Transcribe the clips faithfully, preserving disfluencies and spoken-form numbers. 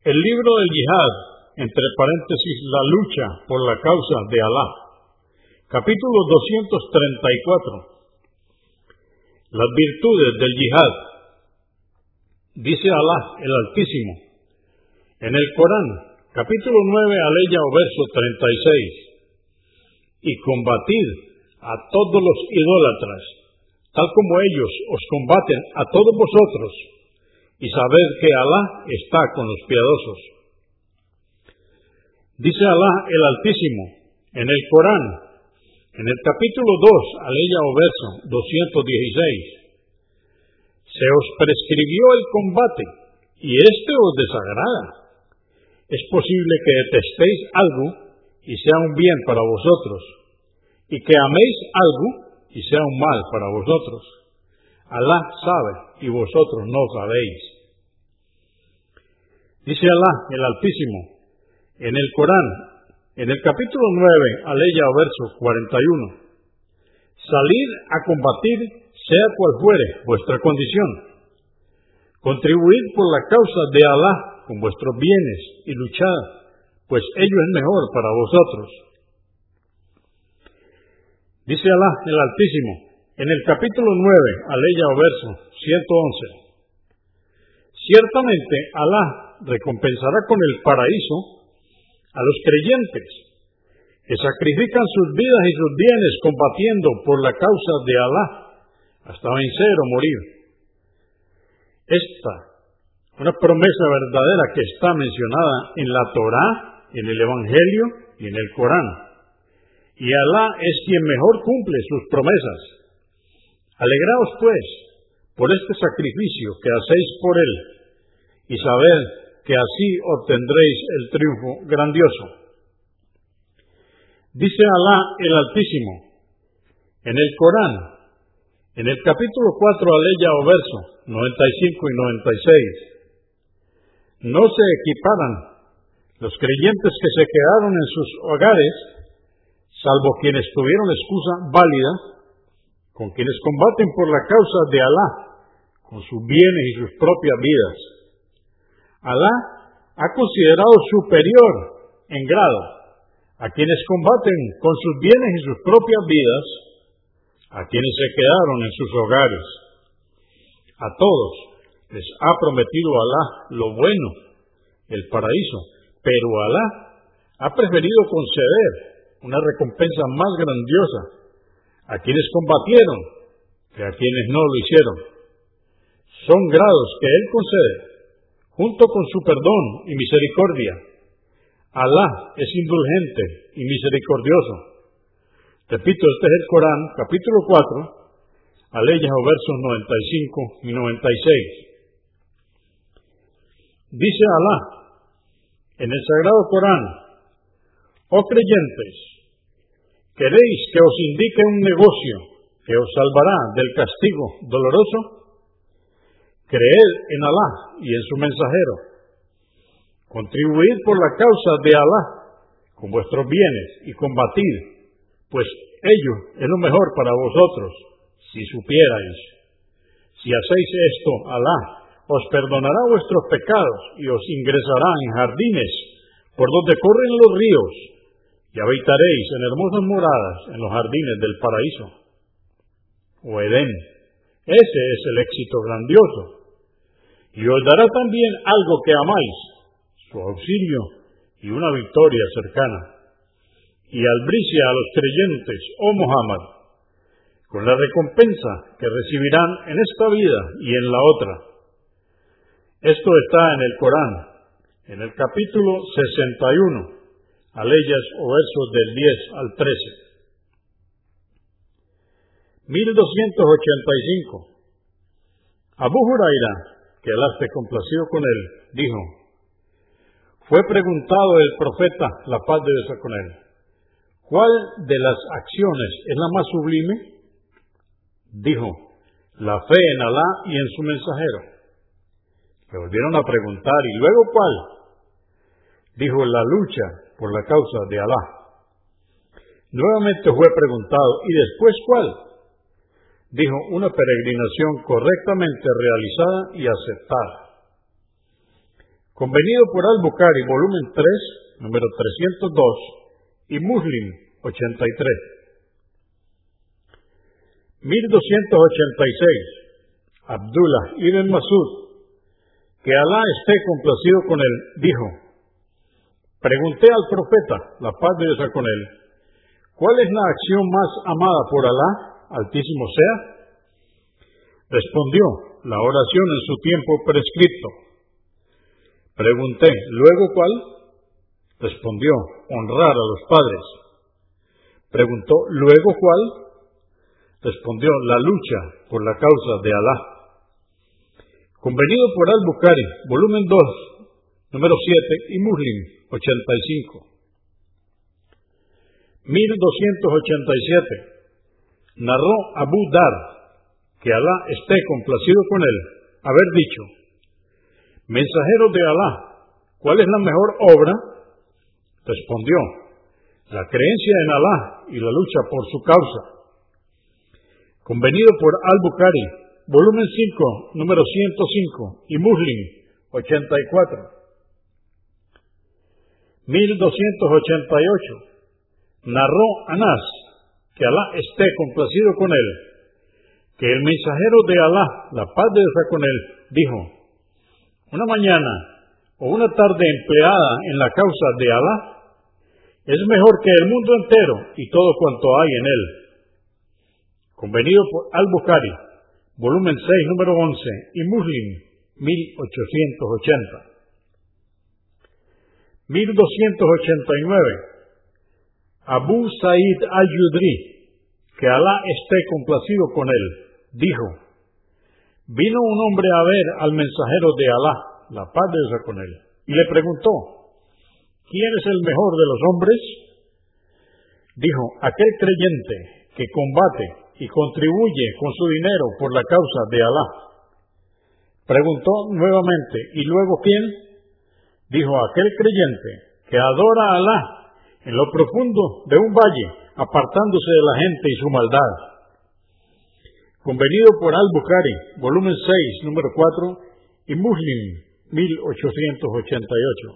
El libro del Yihad, entre paréntesis, la lucha por la causa de Alá. Capítulo doscientos treinta y cuatro. Las virtudes del Yihad. Dice Alá, el Altísimo, en el Corán, capítulo nueve, aleya o verso treinta y seis. Y combatid a todos los idólatras, tal como ellos os combaten a todos vosotros, y sabed que Alá está con los piadosos. Dice Alá, el Altísimo, en el Corán, en el capítulo dos, aleya o verso doscientos dieciséis. Se os prescribió el combate, y éste os desagrada. Es posible que detestéis algo, y sea un bien para vosotros, y que améis algo, y sea un mal para vosotros. Alá sabe, y vosotros no sabéis. Dice Alá, el Altísimo, en el Corán, en el capítulo nueve, aleya o verso cuarenta y uno. Salid a combatir, sea cual fuere vuestra condición. Contribuid por la causa de Alá con vuestros bienes y luchad, pues ello es mejor para vosotros. Dice Alá, el Altísimo, en el capítulo nueve, aleya o verso ciento once. Ciertamente Alá recompensará con el paraíso a los creyentes que sacrifican sus vidas y sus bienes combatiendo por la causa de Alá hasta vencer o morir. Esta, una promesa verdadera que está mencionada en la Torá, en el Evangelio y en el Corán. Y Alá es quien mejor cumple sus promesas. Alegraos, pues, por este sacrificio que hacéis por él, y sabed que así obtendréis el triunfo grandioso. Dice Alá, el Altísimo, en el Corán, en el capítulo cuatro, aleya o verso noventa y cinco y noventa y seis. No se equiparan los creyentes que se quedaron en sus hogares, salvo quienes tuvieron excusa válida, con quienes combaten por la causa de Alá, con sus bienes y sus propias vidas. Alá ha considerado superior en grado a quienes combaten con sus bienes y sus propias vidas, a quienes se quedaron en sus hogares. A todos les ha prometido Alá lo bueno, el paraíso, pero Alá ha preferido conceder una recompensa más grandiosa a quienes combatieron que a quienes no lo hicieron. Son grados que Él concede, junto con su perdón y misericordia. Alá es indulgente y misericordioso. Repito, este es el Corán, capítulo cuatro, aleya o versos noventa y cinco y noventa y seis. Dice Alá, en el Sagrado Corán, oh creyentes, ¿queréis que os indique un negocio que os salvará del castigo doloroso? Creed en Alá y en su mensajero. Contribuid por la causa de Alá con vuestros bienes y combatid, pues ello es lo mejor para vosotros, si supierais. Si hacéis esto, Alá os perdonará vuestros pecados y os ingresará en jardines por donde corren los ríos, y habitaréis en hermosas moradas en los jardines del paraíso. O Edén. Ese es el éxito grandioso. Y os dará también algo que amáis, su auxilio y una victoria cercana. Y albricia a los creyentes, oh Muhammad, con la recompensa que recibirán en esta vida y en la otra. Esto está en el Corán, en el capítulo sesenta y uno, aleyas o versos del diez al trece. mil doscientos ochenta y cinco. Abu Huraira, que Alá esté complacido con él, dijo, fue preguntado el profeta, la paz de Dios con él, ¿cuál de las acciones es la más sublime? Dijo, la fe en Alá y en su mensajero. Le volvieron a preguntar, ¿y luego cuál? Dijo, la lucha por la causa de Alá. Nuevamente fue preguntado, ¿y después cuál? Dijo, una peregrinación correctamente realizada y aceptada. Convenido por Al-Bukhari, volumen tres, número trescientos dos, y Muslim, ochenta y tres. mil doscientos ochenta y seis. Abdullah ibn Masud, que Alá esté complacido con él, dijo: pregunté al profeta, la paz de Dios sea con él, ¿cuál es la acción más amada por Alá, altísimo sea? Respondió: la oración en su tiempo prescripto. Pregunté: ¿luego cuál? Respondió: honrar a los padres. Preguntó: ¿luego cuál? Respondió: la lucha por la causa de Alá. Convenido por Al-Bukhari, volumen dos, número siete, y Muslim, ochenta y cinco. mil doscientos ochenta y siete. Narró Abu Dar, que Alá esté complacido con él, haber dicho: mensajero de Alá, ¿cuál es la mejor obra? Respondió: la creencia en Alá y la lucha por su causa. Convenido por Al-Bukhari, volumen cinco, número ciento cinco, y Muslim, ochenta y cuatro. mil doscientos ochenta y ocho. Narró Anás, que Alá esté complacido con él, que el mensajero de Alá, la paz de Dios sea con él, dijo: una mañana o una tarde empleada en la causa de Alá es mejor que el mundo entero y todo cuanto hay en él. Convenido por Al-Bukhari, volumen seis, número once, y Muslim, mil ochocientos ochenta. mil doscientos ochenta y nueve. Abu Sa'id al-Yudri, que Alá esté complacido con él, dijo: vino un hombre a ver al mensajero de Alá, la paz de Dios con él, y le preguntó: ¿quién es el mejor de los hombres? Dijo: aquel creyente que combate y contribuye con su dinero por la causa de Alá. Preguntó nuevamente: ¿y luego quién? Dijo: aquel creyente que adora a Alá en lo profundo de un valle, apartándose de la gente y su maldad. Convenido por Al-Bukhari, volumen seis, número cuatro, y Muslim, mil ochocientos ochenta y ocho.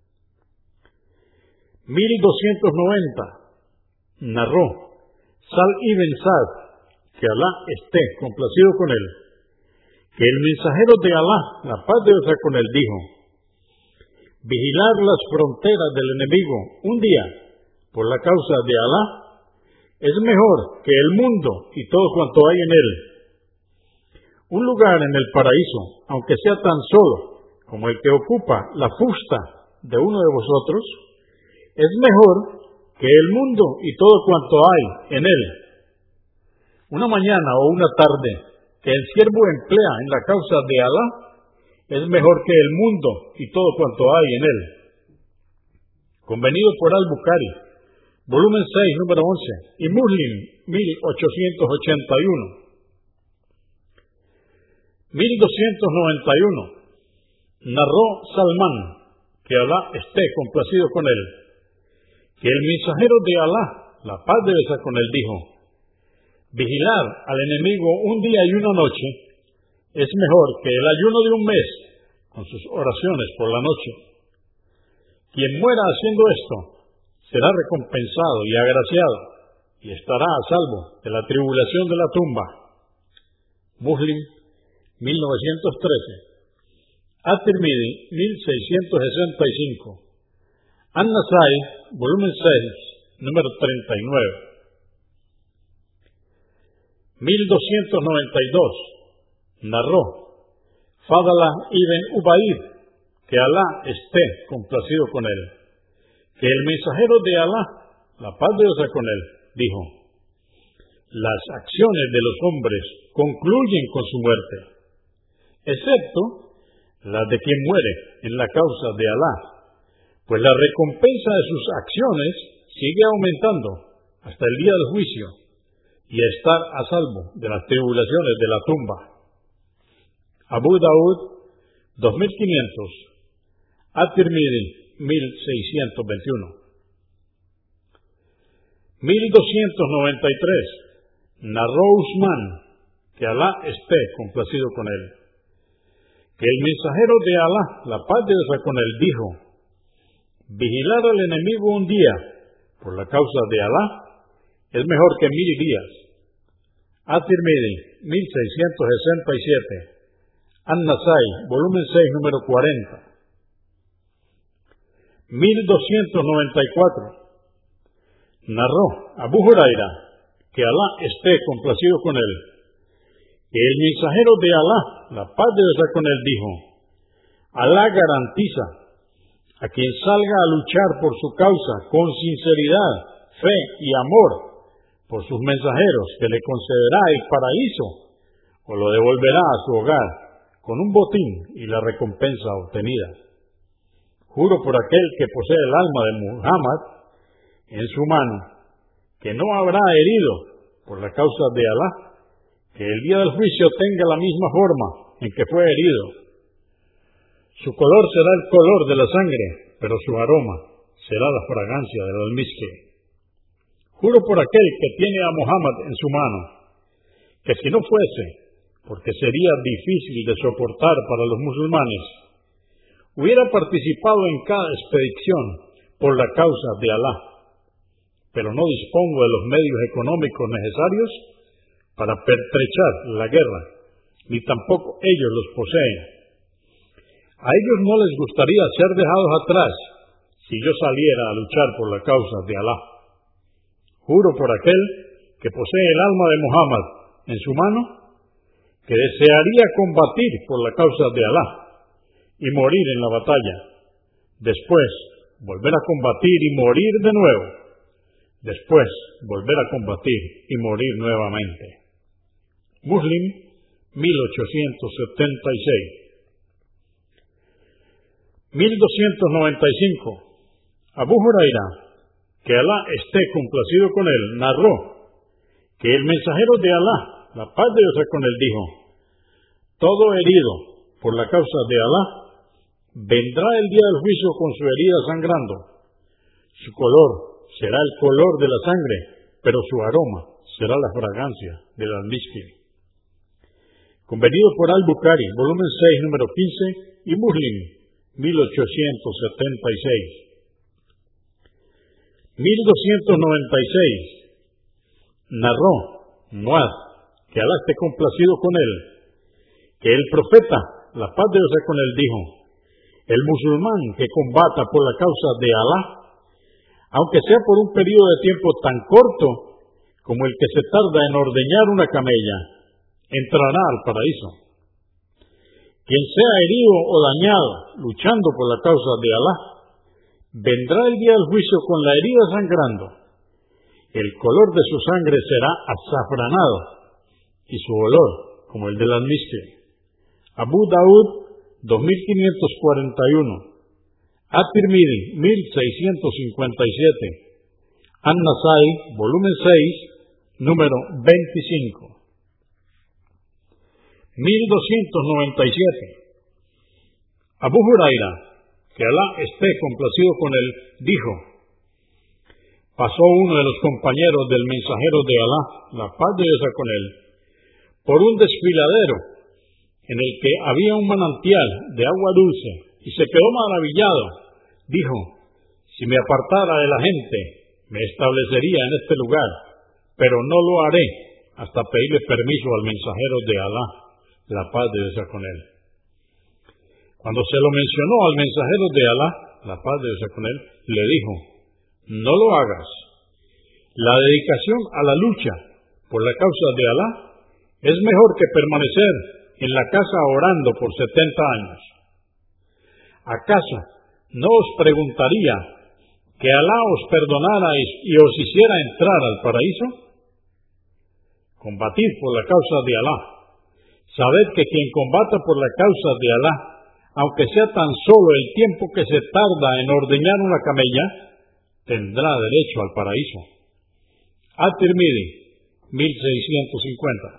mil doscientos noventa. Narró Sal ibn Sa'd, que Alá esté complacido con él, que el mensajero de Alá, la paz de Dios sea con él, dijo: vigilar las fronteras del enemigo un día por la causa de Alá es mejor que el mundo y todo cuanto hay en él. Un lugar en el paraíso, aunque sea tan solo como el que ocupa la fusta de uno de vosotros, es mejor que el mundo y todo cuanto hay en él. Una mañana o una tarde que el siervo emplea en la causa de Alá es mejor que el mundo y todo cuanto hay en él. Convenido por Al-Bukhari, volumen seis, número once, y Muslim, mil ochocientos ochenta y uno. mil doscientos noventa y uno. Narró Salmán, que Alá esté complacido con él, que el mensajero de Alá, la paz de Dios sea con él, dijo: vigilar al enemigo un día y una noche es mejor que el ayuno de un mes con sus oraciones por la noche. Quien muera haciendo esto será recompensado y agraciado y estará a salvo de la tribulación de la tumba. Muslim, mil novecientos trece. At-Tirmidhi, mil seiscientos sesenta y cinco. An-Nasai, volumen seis, número treinta y nueve. mil doscientos noventa y dos. Narró Fadala ibn Ubaid, que Alá esté complacido con él, que el mensajero de Alá, la paz de Dios sea con él, dijo: las acciones de los hombres concluyen con su muerte, excepto las de quien muere en la causa de Alá, pues la recompensa de sus acciones sigue aumentando hasta el día del juicio y estar a salvo de las tribulaciones de la tumba. Abu Daud, dos mil quinientos. At-Tirmidhi, mil seiscientos veintiuno. mil doscientos noventa y tres. Narró Usman, que Alá esté complacido con él, que el mensajero de Alá, la paz de Dios con él, dijo: vigilar al enemigo un día por la causa de Alá es mejor que mil días. At-Tirmidhi, mil seiscientos sesenta y siete. An-Nasai, volumen seis, número cuarenta. mil doscientos noventa y cuatro. Narró Abu Huraira, que Alá esté complacido con él, que el mensajero de Alá, la paz de Dios con él, dijo: Alá garantiza a quien salga a luchar por su causa con sinceridad, fe y amor por sus mensajeros, que le concederá el paraíso o lo devolverá a su hogar con un botín y la recompensa obtenida. Juro por aquel que posee el alma de Muhammad en su mano, que no habrá herido por la causa de Alá, que el día del juicio tenga la misma forma en que fue herido. Su color será el color de la sangre, pero su aroma será la fragancia del almizcle. Juro por aquel que tiene a Muhammad en su mano, que si no fuese, porque sería difícil de soportar para los musulmanes, hubiera participado en cada expedición por la causa de Alá, pero no dispongo de los medios económicos necesarios para pertrechar la guerra, ni tampoco ellos los poseen. A ellos no les gustaría ser dejados atrás si yo saliera a luchar por la causa de Alá. Juro por aquel que posee el alma de Muhammad en su mano, que desearía combatir por la causa de Alá y morir en la batalla, después volver a combatir y morir de nuevo, después volver a combatir y morir nuevamente. Muslim, mil ochocientos setenta y seis. mil doscientos noventa y cinco. Abu Huraira, que Alá esté complacido con él, narró que el mensajero de Alá, la paz de Dios con él, dijo: todo herido por la causa de Alá vendrá el día del juicio con su herida sangrando. Su color será el color de la sangre, pero su aroma será la fragancia del almizcle. Convenido por Al-Bukhari, volumen seis, número quince, y Muslim, mil ochocientos setenta y seis. mil doscientos noventa y seis. Narró Muaz, que Alá esté complacido con él, que el profeta, la paz de Dios con él, dijo: el musulmán que combata por la causa de Alá, aunque sea por un periodo de tiempo tan corto como el que se tarda en ordeñar una camella, entrará al paraíso. Quien sea herido o dañado luchando por la causa de Alá, vendrá el día del juicio con la herida sangrando. El color de su sangre será azafranado y su olor como el del almizcle. Abu Daud, dos mil quinientos cuarenta y uno. At-Tirmidhi, mil seiscientos cincuenta y siete. An-Nasai, volumen seis, número veinticinco. mil doscientos noventa y siete. Abu Huraira, que Alá esté complacido con él, dijo: pasó uno de los compañeros del mensajero de Alá, la paz de Dios con él, por un desfiladero en el que había un manantial de agua dulce, y se quedó maravillado. Dijo: si me apartara de la gente, me establecería en este lugar, pero no lo haré hasta pedirle permiso al mensajero de Alá, la paz de Dios con él. Cuando se lo mencionó al mensajero de Alá, la paz de Dios con él, le dijo: no lo hagas. La dedicación a la lucha por la causa de Alá es mejor que permanecer en la casa orando por setenta años. ¿Acaso no os preguntaría que Alá os perdonara y os hiciera entrar al paraíso? Combatid por la causa de Alá. Sabed que quien combata por la causa de Alá, aunque sea tan solo el tiempo que se tarda en ordeñar una camella, tendrá derecho al paraíso. At-Tirmidhi, mil seiscientos cincuenta.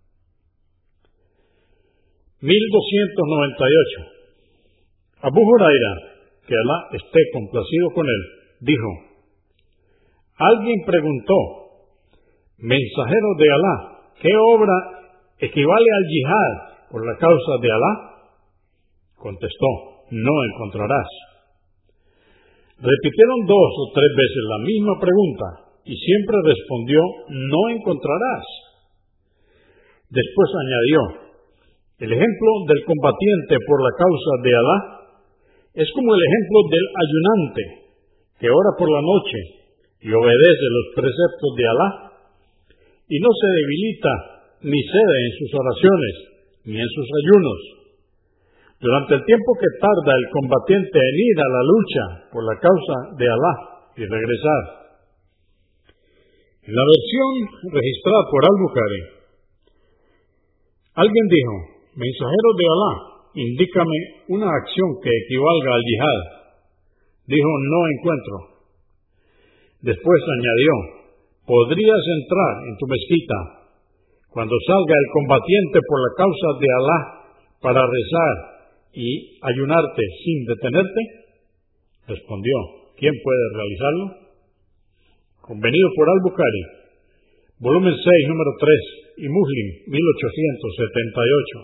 mil doscientos noventa y ocho. Abu Huraira, que Alá esté complacido con él, dijo: alguien preguntó: mensajero de Alá, ¿qué obra equivale al yihad por la causa de Alá? Contestó: no encontrarás. Repitieron dos o tres veces la misma pregunta y siempre respondió: no encontrarás. Después añadió: el ejemplo del combatiente por la causa de Alá es como el ejemplo del ayunante que ora por la noche y obedece los preceptos de Alá y no se debilita ni cede en sus oraciones ni en sus ayunos. Durante el tiempo que tarda el combatiente en ir a la lucha por la causa de Alá y regresar. En la versión registrada por Al-Bukhari, alguien dijo: mensajero de Alá, indícame una acción que equivalga al yihad. Dijo: no encuentro. Después añadió: podrías entrar en tu mezquita cuando salga el combatiente por la causa de Alá para rezar y ayunarte sin detenerte. Respondió: ¿quién puede realizarlo? Convenido por Al-Bukhari, volumen seis, número tres, y Muslim, mil ochocientos setenta y ocho.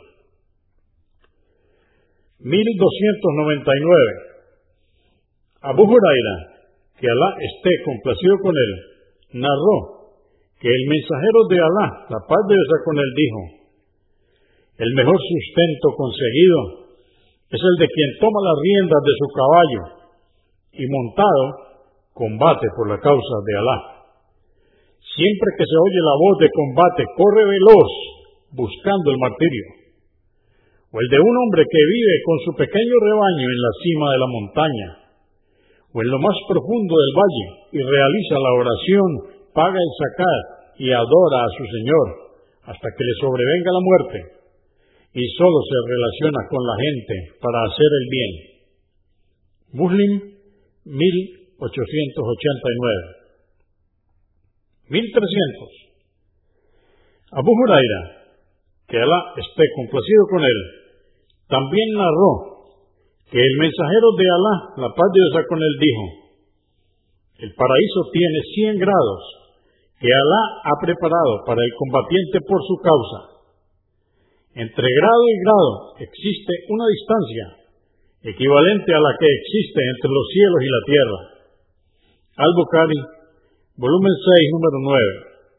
mil doscientos noventa y nueve. Abu Huraira, que Alá esté complacido con él, narró que el mensajero de Alá, la paz de Dios con él, dijo: el mejor sustento conseguido es el de quien toma las riendas de su caballo y montado combate por la causa de Alá. Siempre que se oye la voz de combate, corre veloz buscando el martirio. O el de un hombre que vive con su pequeño rebaño en la cima de la montaña, o en lo más profundo del valle, y realiza la oración, paga el zakat y adora a su Señor hasta que le sobrevenga la muerte, y solo se relaciona con la gente para hacer el bien. Muslim, mil ochocientos ochenta y nueve. mil trescientos. Abu Huraira, que Alá esté complacido con él, también narró que el mensajero de Alá, la paz de Dios con él, dijo: el paraíso tiene cien grados que Alá ha preparado para el combatiente por su causa. Entre grado y grado existe una distancia equivalente a la que existe entre los cielos y la tierra. Al-Bukhari, volumen seis, número nueve.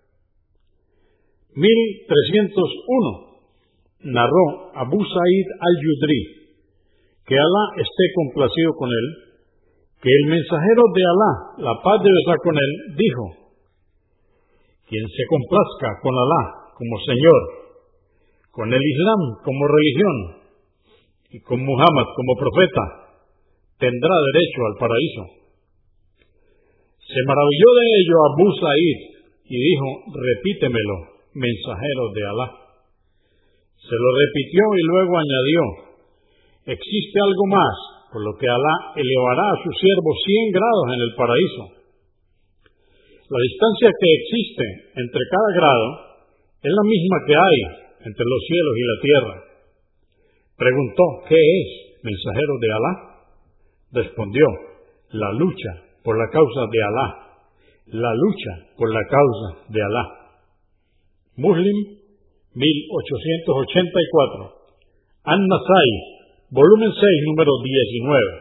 mil trescientos uno. Narró Abu Sa'id al-Yudri, que Alá esté complacido con él, que el mensajero de Alá, la paz de Dios con él, dijo: quien se complazca con Alá como Señor, con el Islam como religión y con Muhammad como profeta, tendrá derecho al paraíso. Se maravilló de ello Abu Sa'id y dijo: repítemelo, mensajero de Alá. Se lo repitió y luego añadió: existe algo más, por lo que Alá elevará a su siervo cien grados en el paraíso. La distancia que existe entre cada grado es la misma que hay entre los cielos y la tierra. Preguntó: ¿qué es, mensajero de Alá? Respondió: la lucha por la causa de Alá, la lucha por la causa de Alá. Muslim, mil ochocientos ochenta y cuatro. An-Nasai, volumen seis, número diecinueve.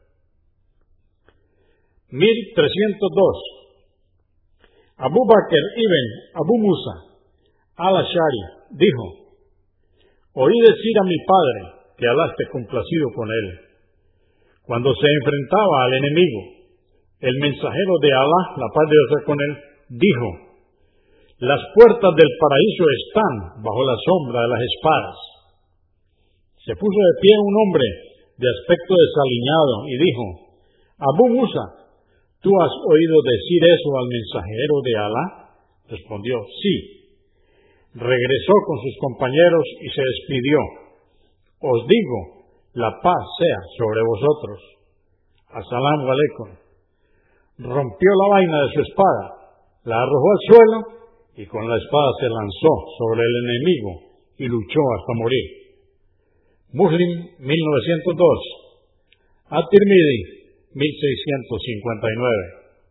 mil trescientos dos. Abu Bakr ibn Abu Musa al-Ash'ari dijo: oí decir a mi padre, que Alá esté complacido con él, cuando se enfrentaba al enemigo, el mensajero de Alá, la paz de Dios con él, dijo: las puertas del paraíso están bajo la sombra de las espadas. Se puso de pie un hombre de aspecto desaliñado y dijo: Abu Musa, ¿tú has oído decir eso al mensajero de Alá? Respondió: sí. Regresó con sus compañeros y se despidió: os digo, la paz sea sobre vosotros. Asalamu alaikum. Rompió la vaina de su espada, la arrojó al suelo y con la espada se lanzó sobre el enemigo y luchó hasta morir. Muslim, mil novecientos dos. At-Tirmidhi, mil seiscientos cincuenta y nueve.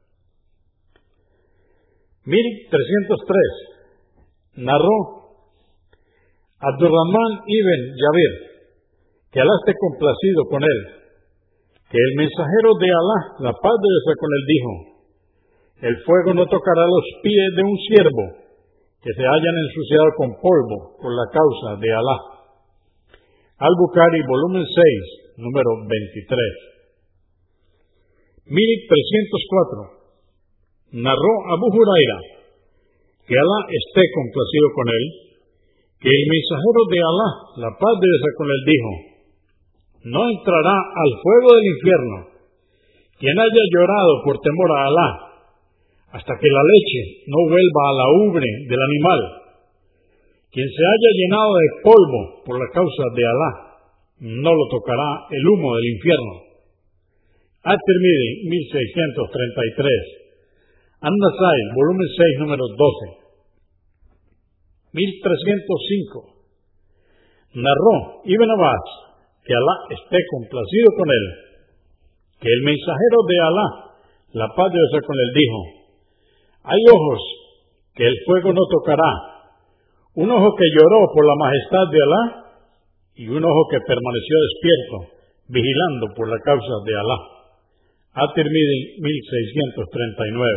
mil trescientos tres. Narró Abdurrahman ibn Jabir, que Alá esté complacido con él, que el mensajero de Alá, la paz de Dios con él, dijo: el fuego no tocará los pies de un siervo que se hayan ensuciado con polvo por la causa de Alá. Al-Bukhari, volumen seis, número veintitrés. mil trescientos cuatro. Narró Abu Huraira, que Alá esté complacido con él, que el mensajero de Alá, la paz de Dios con él, dijo: no entrará al fuego del infierno quien haya llorado por temor a Alá, hasta que la leche no vuelva a la ubre del animal. Quien se haya llenado de polvo por la causa de Alá, no lo tocará el humo del infierno. At-Tirmidhi, mil seiscientos treinta y tres. An-Nasai, volumen seis, número doce. mil trescientos cinco. Narró Ibn Abbas, que Alá esté complacido con él, que el mensajero de Alá, la paz de Dios con él, dijo: hay ojos que el fuego no tocará, un ojo que lloró por la majestad de Alá y un ojo que permaneció despierto, vigilando por la causa de Alá. At-Tirmidhi, mil seiscientos treinta y nueve.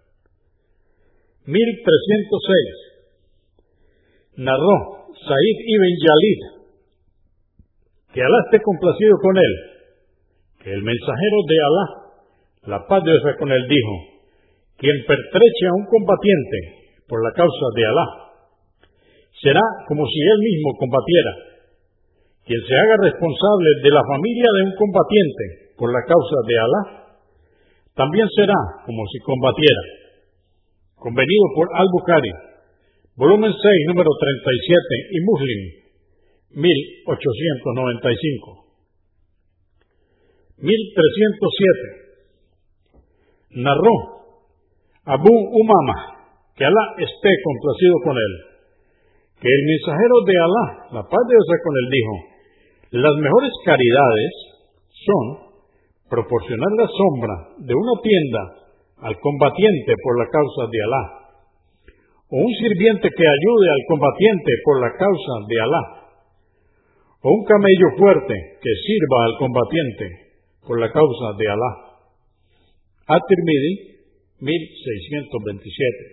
mil trescientos seis. Narró Said ibn Yalid, que Alá esté complacido con él, que el mensajero de Alá, la paz de Dios con él, dijo: quien pertreche a un combatiente por la causa de Alá será como si él mismo combatiera. Quien se haga responsable de la familia de un combatiente por la causa de Alá también será como si combatiera. Convenido por Al-Bukhari, volumen seis, número treinta y siete, y Muslim, mil ochocientos noventa y cinco. mil trescientos siete. Narró Abu Umama, que Alá esté complacido con él, que el mensajero de Alá, la paz de Dios con él, dijo: las mejores caridades son proporcionar la sombra de una tienda al combatiente por la causa de Alá, o un sirviente que ayude al combatiente por la causa de Alá, o un camello fuerte que sirva al combatiente por la causa de Alá. At-Tirmidhi, mil seiscientos veintisiete.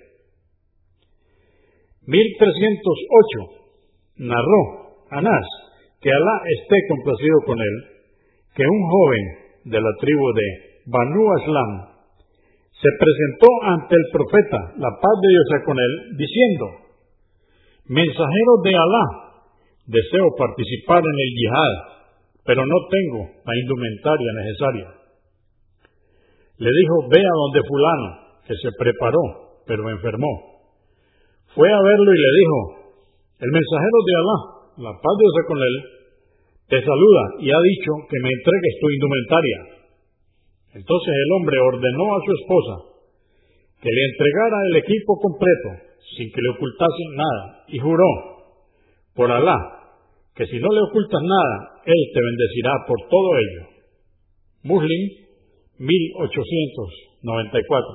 mil trescientos ocho. Narró Anás, que Alá esté complacido con él, que un joven de la tribu de Banu Aslam se presentó ante el profeta, la paz de Dios sea con él, diciendo: mensajero de Alá, deseo participar en el yihad, pero no tengo la indumentaria necesaria. Le dijo: ve a donde fulano, que se preparó, pero enfermó. Fue a verlo y le dijo: el mensajero de Alá, la paz de Dios sea con él, te saluda y ha dicho que me entregues tu indumentaria. Entonces el hombre ordenó a su esposa que le entregara el equipo completo, sin que le ocultase nada, y juró por Alá que si no le ocultas nada, él te bendecirá por todo ello. Muslim, mil ochocientos noventa y cuatro.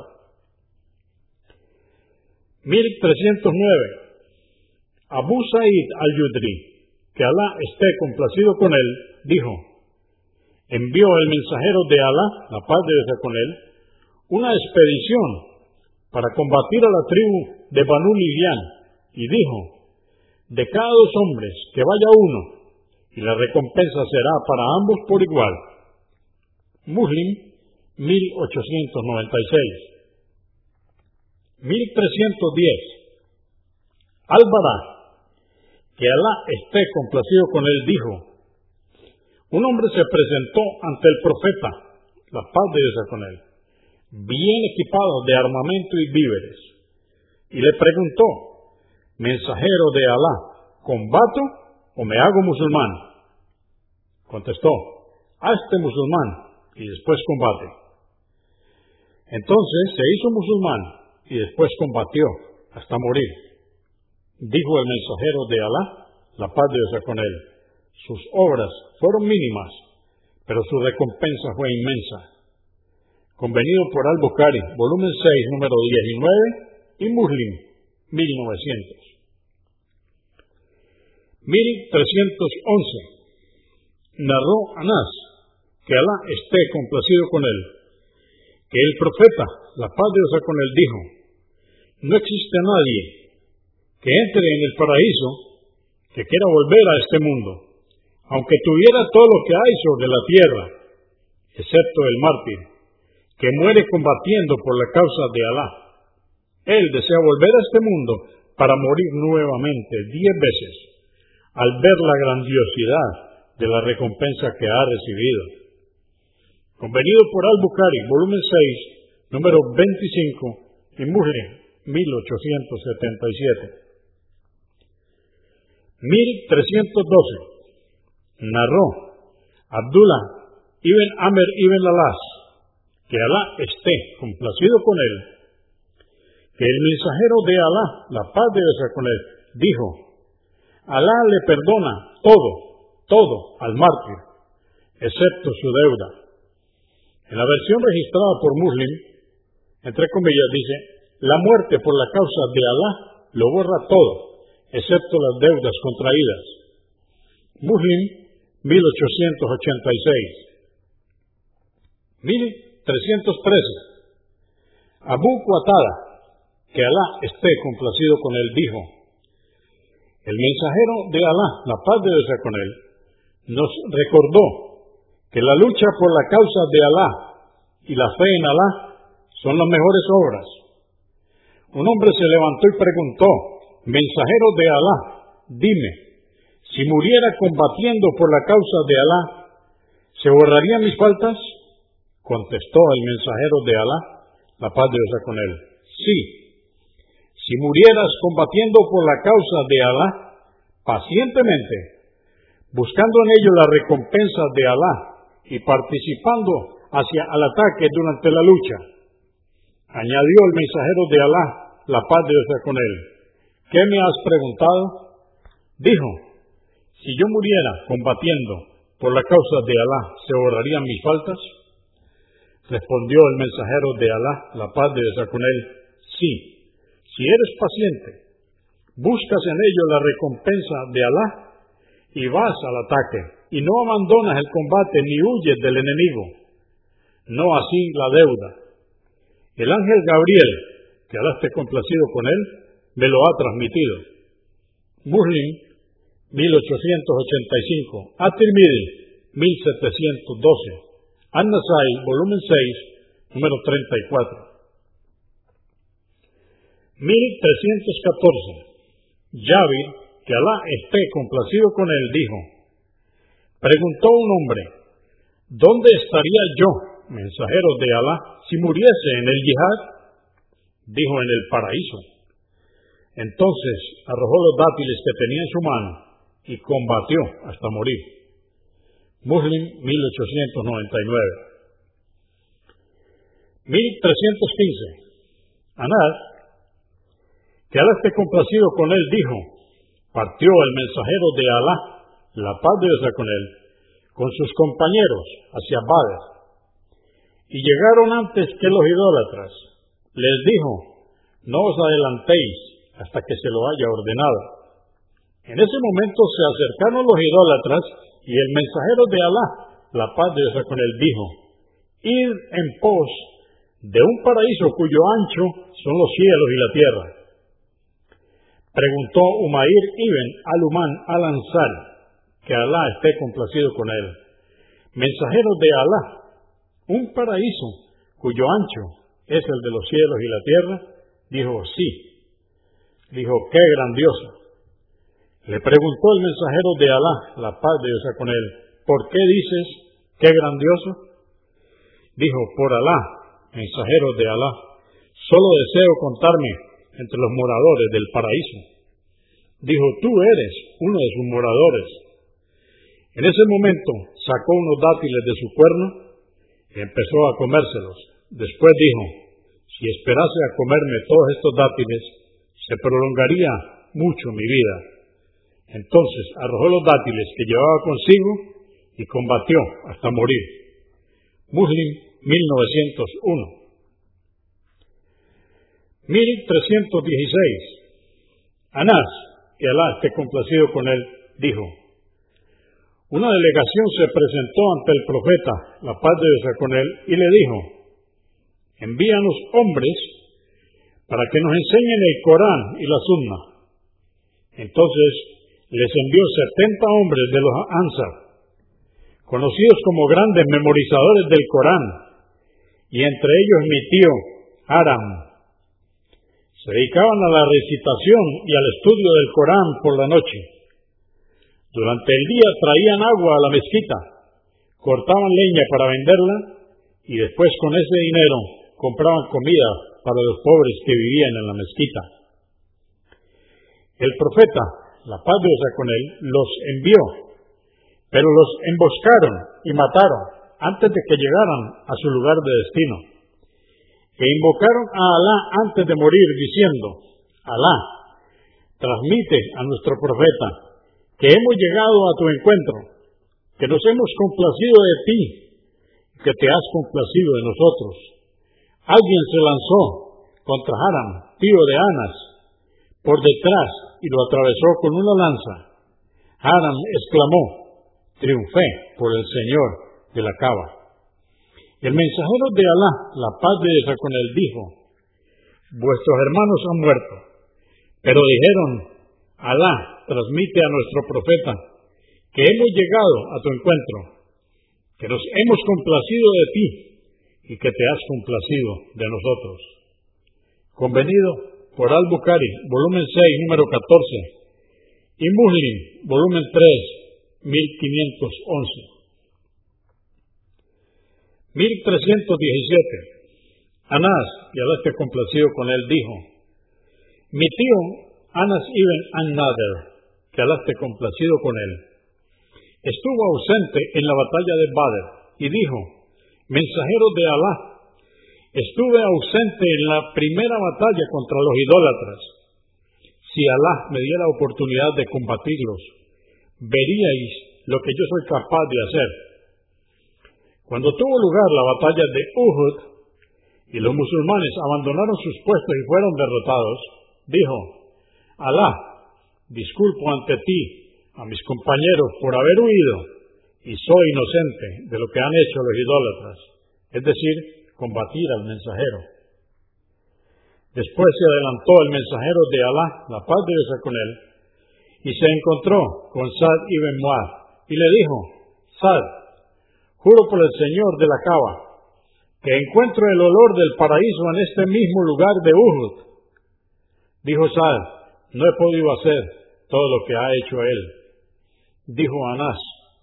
mil trescientos nueve. Abu Sa'id al-Yudri, que Alá esté complacido con él, dijo: envió el mensajero de Alá, la paz de Dios con él, una expedición para combatir a la tribu de Banu Livián, y dijo: de cada dos hombres que vaya uno, y la recompensa será para ambos por igual. Muslim, mil ochocientos noventa y seis. mil trescientos diez. Al-Bara, que Alá esté complacido con él, dijo: un hombre se presentó ante el profeta, la paz de Dios con él, bien equipado de armamento y víveres, y le preguntó: mensajero de Alá, ¿combato o me hago musulmán? Contestó: hazte musulmán y después combate. Entonces se hizo musulmán y después combatió hasta morir. Dijo el mensajero de Alá, la paz de Dios con él: sus obras fueron mínimas, pero su recompensa fue inmensa. Convenido por Al-Bukhari, volumen seis, número diecinueve, y Muslim, mil novecientos. mil trescientos once. narró Anás, que Alá esté complacido con él, que el profeta, la paz de Dios con él, dijo: no existe nadie que entre en el paraíso que quiera volver a este mundo, aunque tuviera todo lo que hay sobre la tierra, excepto el mártir, que muere combatiendo por la causa de Alá. Él desea volver a este mundo para morir nuevamente diez veces, al ver la grandiosidad de la recompensa que ha recibido. Convenido por Al-Bukhari, volumen seis, número veinticinco, y Muslim, mil ochocientos setenta y siete. mil trescientos doce. Narró Abdullah ibn Amr ibn Alas, que Alá esté complacido con él, que el mensajero de Alá, la paz de Dios con él, dijo: Alá le perdona todo, todo al mártir, excepto su deuda. En la versión registrada por Muslim, entre comillas, dice: la muerte por la causa de Alá lo borra todo, excepto las deudas contraídas. Muslim, mil ochocientos ochenta y seis. mil trescientos trece. Abu Qatada, que Alá esté complacido con él, dijo: el mensajero de Alá, la paz de Dios con él, nos recordó que la lucha por la causa de Alá y la fe en Alá son las mejores obras. Un hombre se levantó y preguntó: mensajero de Alá, dime, si muriera combatiendo por la causa de Alá, ¿se borrarían mis faltas? Contestó el mensajero de Alá, la paz de Dios con él: sí. Si murieras combatiendo por la causa de Alá, pacientemente, buscando en ello la recompensa de Alá y participando hacia el ataque durante la lucha. Añadió el mensajero de Alá, la paz de Dios con él: ¿qué me has preguntado? Dijo: si yo muriera combatiendo por la causa de Alá, ¿se borrarían mis faltas? Respondió el mensajero de Alá, la paz de Dios con él: sí. Si eres paciente, buscas en ello la recompensa de Alá y vas al ataque y no abandonas el combate ni huyes del enemigo. No así la deuda. El ángel Gabriel, que Alá esté complacido con él, me lo ha transmitido. Muslim, mil ochocientos ochenta y cinco. At-Tirmidhi, mil setecientos doce. An-Nasai, volumen seis, número treinta y cuatro. mil trescientos catorce. Jabir, que Alá esté complacido con él, dijo: preguntó un hombre: ¿dónde estaría yo, mensajero de Alá, si muriese en el yihad? Dijo: en el paraíso. Entonces arrojó los dátiles que tenía en su mano y combatió hasta morir. Muslim, mil ochocientos noventa y nueve. mil trescientos quince. Anás, que Alá esté complacido con él, dijo: partió el mensajero de Alá, la paz de Dios con él, con sus compañeros hacia Badr, y llegaron antes que los idólatras. Les dijo: no os adelantéis hasta que se lo haya ordenado. En ese momento se acercaron los idólatras y el mensajero de Alá, la paz de Dios con él, dijo: id en pos de un paraíso cuyo ancho son los cielos y la tierra. Preguntó Umair ibn Aluman al-Ansar, que Alá esté complacido con él: mensajero de Alá, ¿un paraíso cuyo ancho es el de los cielos y la tierra? Dijo: sí. Dijo: qué grandioso. Le preguntó el mensajero de Alá, la paz de Dios con él: ¿por qué dices qué grandioso? Dijo: por Alá, mensajero de Alá, solo deseo contarme entre los moradores del paraíso. Dijo: tú eres uno de sus moradores. En ese momento sacó unos dátiles de su cuerno y empezó a comérselos. Después dijo: si esperase a comerme todos estos dátiles, se prolongaría mucho mi vida. Entonces arrojó los dátiles que llevaba consigo y combatió hasta morir. Muslim, mil novecientos uno. mil trescientos dieciséis. Anás, que Alá esté complacido con él, dijo: una delegación se presentó ante el profeta, la paz de Dios sea con él, y le dijo: envíanos hombres para que nos enseñen el Corán y la Sunna. Entonces les envió setenta hombres de los Ansar, conocidos como grandes memorizadores del Corán, y entre ellos mi tío Aram. Se dedicaban a la recitación y al estudio del Corán por la noche. Durante el día traían agua a la mezquita, cortaban leña para venderla y después con ese dinero compraban comida para los pobres que vivían en la mezquita. El profeta, la paz de Dios sea con él, los envió, pero los emboscaron y mataron antes de que llegaran a su lugar de destino. E invocaron a Alá antes de morir diciendo: Alá, transmite a nuestro profeta que hemos llegado a tu encuentro, que nos hemos complacido de ti, que te has complacido de nosotros. Alguien se lanzó contra Haram, tío de Anas, por detrás y lo atravesó con una lanza. Haram exclamó: triunfé por el Señor de la Caba. El mensajero de Alá, la paz de Dios con él, dijo: vuestros hermanos han muerto. Pero dijeron: Alá, transmite a nuestro profeta que hemos llegado a tu encuentro, que nos hemos complacido de ti y que te has complacido de nosotros. Convenido por Al-Bukhari, volumen seis, número catorce, y Muslim, volumen tres, mil quinientos once. mil trescientos diecisiete. Anás, y Alá esté complacido con él, dijo: mi tío Anas ibn an-Nader, que Alá esté complacido con él, estuvo ausente en la batalla de Badr y dijo: mensajero de Alá, estuve ausente en la primera batalla contra los idólatras. Si Alá me diera oportunidad de combatirlos, veríais lo que yo soy capaz de hacer. Cuando tuvo lugar la batalla de Uhud y los musulmanes abandonaron sus puestos y fueron derrotados, dijo: Alá, disculpo ante ti a mis compañeros por haber huido y soy inocente de lo que han hecho los idólatras, es decir, combatir al mensajero. Después se adelantó el mensajero de Alá, la paz de Dios con él, y se encontró con Sa'd ibn Mu'adh y le dijo: Sa'd, juro por el Señor de la Caba, que encuentro el olor del paraíso en este mismo lugar de Uhud. Dijo Sa'd: no he podido hacer todo lo que ha hecho él. Dijo Anás: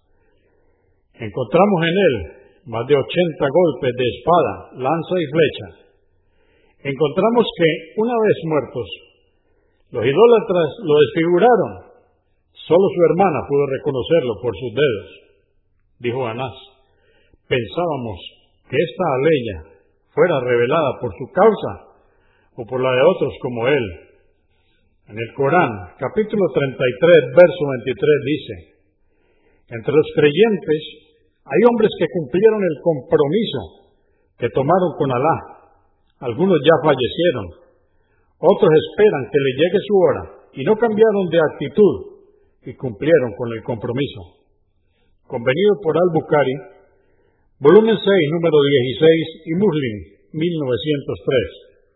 encontramos en él más de ochenta golpes de espada, lanza y flecha. Encontramos que, una vez muertos, los idólatras lo desfiguraron. Solo su hermana pudo reconocerlo por sus dedos. Dijo Anás: pensábamos que esta aleya fuera revelada por su causa o por la de otros como él. En el Corán, capítulo treinta y tres, verso veintitrés, dice: entre los creyentes hay hombres que cumplieron el compromiso que tomaron con Alá. Algunos ya fallecieron, otros esperan que le llegue su hora y no cambiaron de actitud y cumplieron con el compromiso. Convenido por Al-Bukhari, volumen seis, número dieciséis, y Muslim, mil novecientos tres.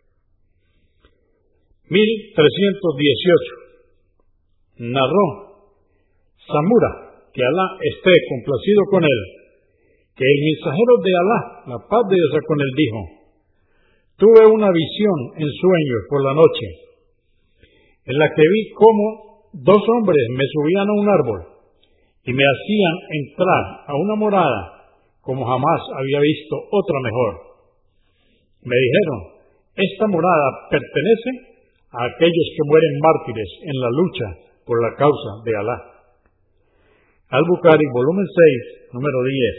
mil trescientos dieciocho. Narró Samura, que Alá esté complacido con él, que el mensajero de Alá, la paz de Dios con él, dijo: tuve una visión en sueños por la noche, en la que vi cómo dos hombres me subían a un árbol y me hacían entrar a una morada como jamás había visto otra mejor. Me dijeron: esta morada pertenece a aquellos que mueren mártires en la lucha por la causa de Alá. Al-Bukhari, volumen seis, número diez.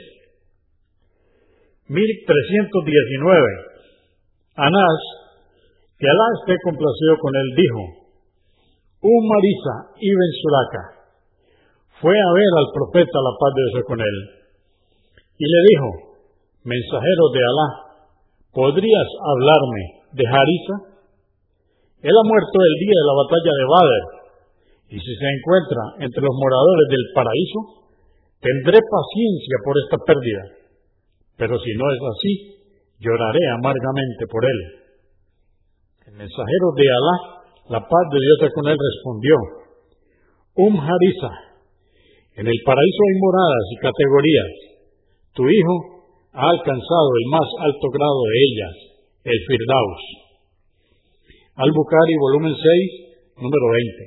mil trescientos diecinueve. Anás, que Alá esté complacido con él, dijo: Umarisa ibn Suraka fue a ver al profeta, la paz de Dios con él, y le dijo: mensajero de Alá, ¿podrías hablarme de Harisa? Él ha muerto el día de la batalla de Badr, y si se encuentra entre los moradores del paraíso, Tendré paciencia por esta pérdida, pero si no es así, lloraré amargamente por él. El mensajero de Alá, la paz de Dios sea con él, respondió: Um Harisa, en el paraíso hay moradas y categorías. Tu hijo ha alcanzado el más alto grado de ellas, el Firdaus. Al-Bukhari, volumen seis, número veinte.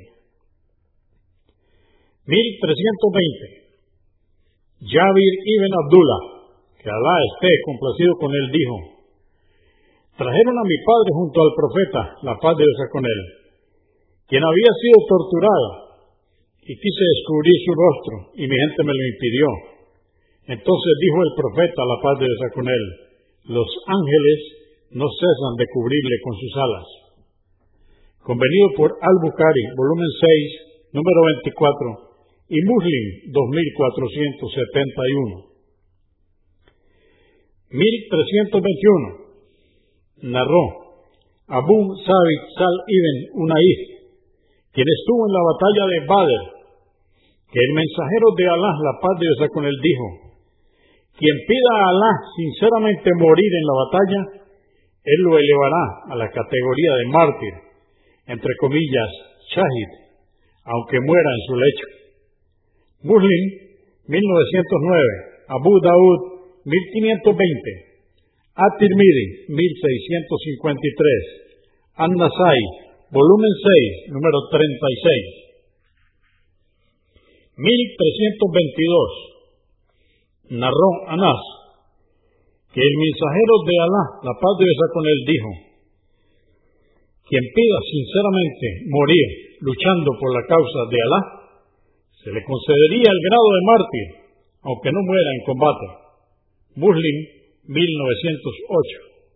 mil trescientos veinte. Jabir ibn Abdullah, que Alá esté complacido con él, dijo: trajeron a mi padre junto al profeta, la paz de Dios sea con él, quien había sido torturado, y quise descubrir su rostro, y mi gente me lo impidió. Entonces dijo el profeta, la paz de Dios sea con él: los ángeles no cesan de cubrirle con sus alas. Convenido por Al-Bukhari, volumen seis, número veinticuatro, y Muslim, dos mil cuatrocientos setenta y uno. mil trescientos veintiuno. Narró Abu Sabit Sal ibn Unais, quien estuvo en la batalla de Badr, que el mensajero de Alá, la paz de Dios sea con él, dijo: quien pida a Alá sinceramente morir en la batalla, él lo elevará a la categoría de mártir, entre comillas, shahid, aunque muera en su lecho. Muslim, mil novecientos nueve, Abu Daud, mil quinientos veinte, At-Tirmidhi, mil seiscientos cincuenta y tres, An-Nasai, volumen seis, número treinta y seis. mil trescientos veintidós. Narró Anás, que el mensajero de Alá, la paz de Dios sea con él, dijo: quien pida sinceramente morir luchando por la causa de Alá, se le concedería el grado de mártir, aunque no muera en combate. Muslim, mil novecientos ocho.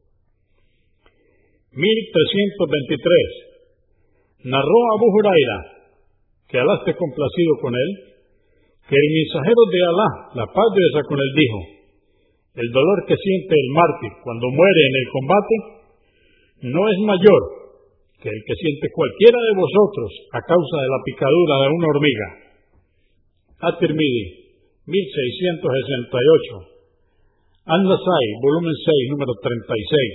mil trescientos veintitrés. Narró Abu Huraira, que Alá esté complacido con él, que el mensajero de Alá, la paz de Dios sea con él, dijo: el dolor que siente el mártir cuando muere en el combate no es mayor que el que siente cualquiera de vosotros a causa de la picadura de una hormiga. At-Tirmidhi, mil seiscientos sesenta y ocho. An-Nasai, volumen seis, número treinta y seis.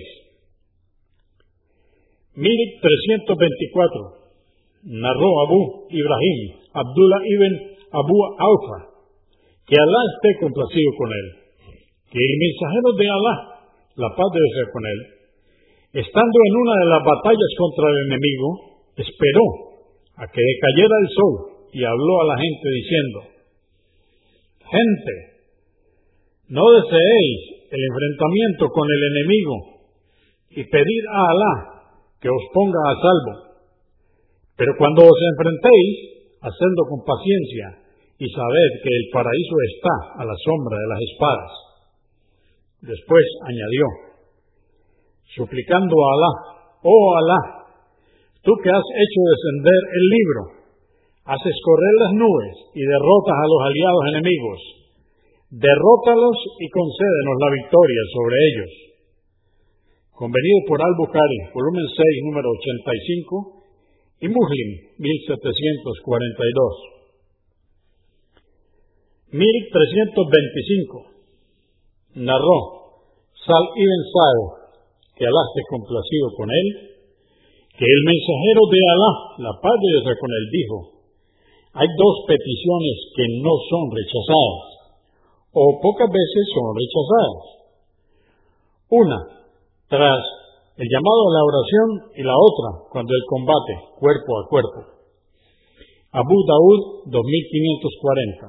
mil trescientos veinticuatro. Narró Abu Ibrahim, Abdullah ibn Abu Aufa, que Alá esté complacido con él, que el mensajero de Alá, la paz de Dios sea con él, estando en una de las batallas contra el enemigo, esperó a que decayera el sol y habló a la gente diciendo: gente, no deseéis el enfrentamiento con el enemigo y pedid a Alá que os ponga a salvo. Pero cuando os enfrentéis, hacedlo con paciencia y sabed que el paraíso está a la sombra de las espadas. Después añadió, suplicando a Alá: oh Alá, tú que has hecho descender el libro, haces correr las nubes y derrotas a los aliados enemigos, derrótalos y concédenos la victoria sobre ellos. Convenido por Al-Bukhari, volumen seis, número ochenta y cinco, y Muslim, mil setecientos cuarenta y dos. mil trescientos veinticinco. Narró Sal ibn Sa'd, que Alá esté complacido con él, que el mensajero de Alá, la paz de Dios sea con él, dijo: hay dos peticiones que no son rechazadas, o pocas veces son rechazadas. Una, tras el llamado a la oración, y la otra, cuando el combate, cuerpo a cuerpo. Abu Daud, dos mil quinientos cuarenta.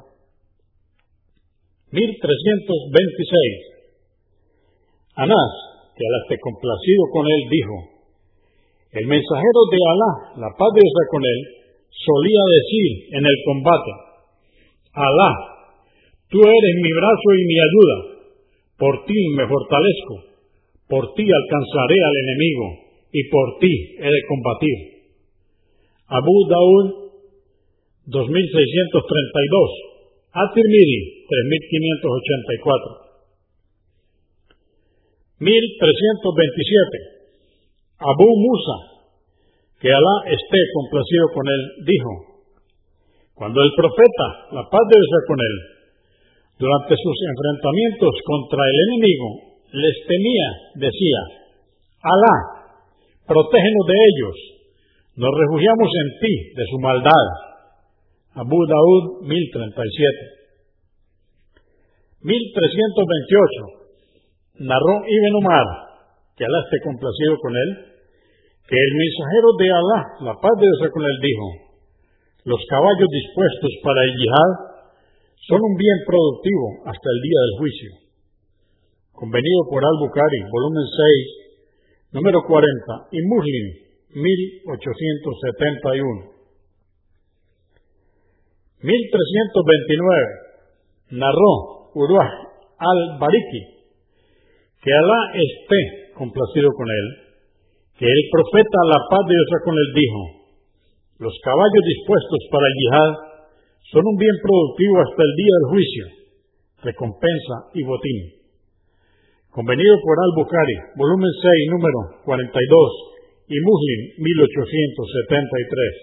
mil trescientos veintiséis. Anás, que Alá esté complacido con él, dijo: el mensajero de Alá, la paz de Dios sea con él, solía decir en el combate: Alá, tú eres mi brazo y mi ayuda, por ti me fortalezco, por ti alcanzaré al enemigo, y por ti he de combatir. Abu Daud, dos mil seiscientos treinta y dos. At-Tirmidhi, tres mil quinientos ochenta y cuatro. mil trescientos veintisiete. Abu Musa, que Alá esté complacido con él, dijo: cuando el profeta, la paz de Dios sea con él, Durante sus enfrentamientos contra el enemigo, les temía, decía: Alá, protégenos de ellos, nos refugiamos en ti, de su maldad. Abu Daud mil treinta y siete. mil trescientos veintiocho. Narró Ibn Umar, que Alá esté complacido con él, que el mensajero de Alá, la paz de Dios sea con él, dijo: los caballos dispuestos para el yihad son un bien productivo hasta el día del juicio. Convenido por Al-Bukhari, volumen seis, número cuarenta, y Muslim, mil ochocientos setenta y uno. mil trescientos veintinueve. Narró Urwah al-Bariki, que Alá esté complacido con él, que el profeta, la paz de Dios sea con él, dijo: los caballos dispuestos para el yihad son un bien productivo hasta el día del juicio, recompensa y botín. Convenido por Al-Bukhari, volumen seis, número cuarenta y dos, y Muslim, mil ochocientos setenta y tres.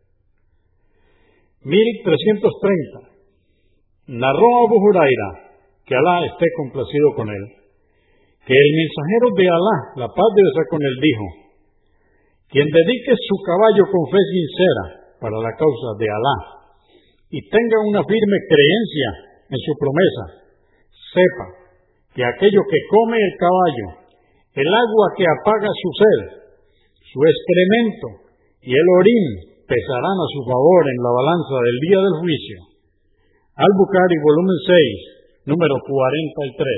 mil trescientos treinta. Narró Abu Huraira, que Alá esté complacido con él, que el mensajero de Alá, la paz de Dios sea con él, dijo: quien dedique su caballo con fe sincera para la causa de Alá y tenga una firme creencia en su promesa, sepa que aquello que come el caballo, el agua que apaga su sed, su excremento y el orín pesarán a su favor en la balanza del día del juicio. Al-Bukhari, volumen seis, número cuarenta y tres.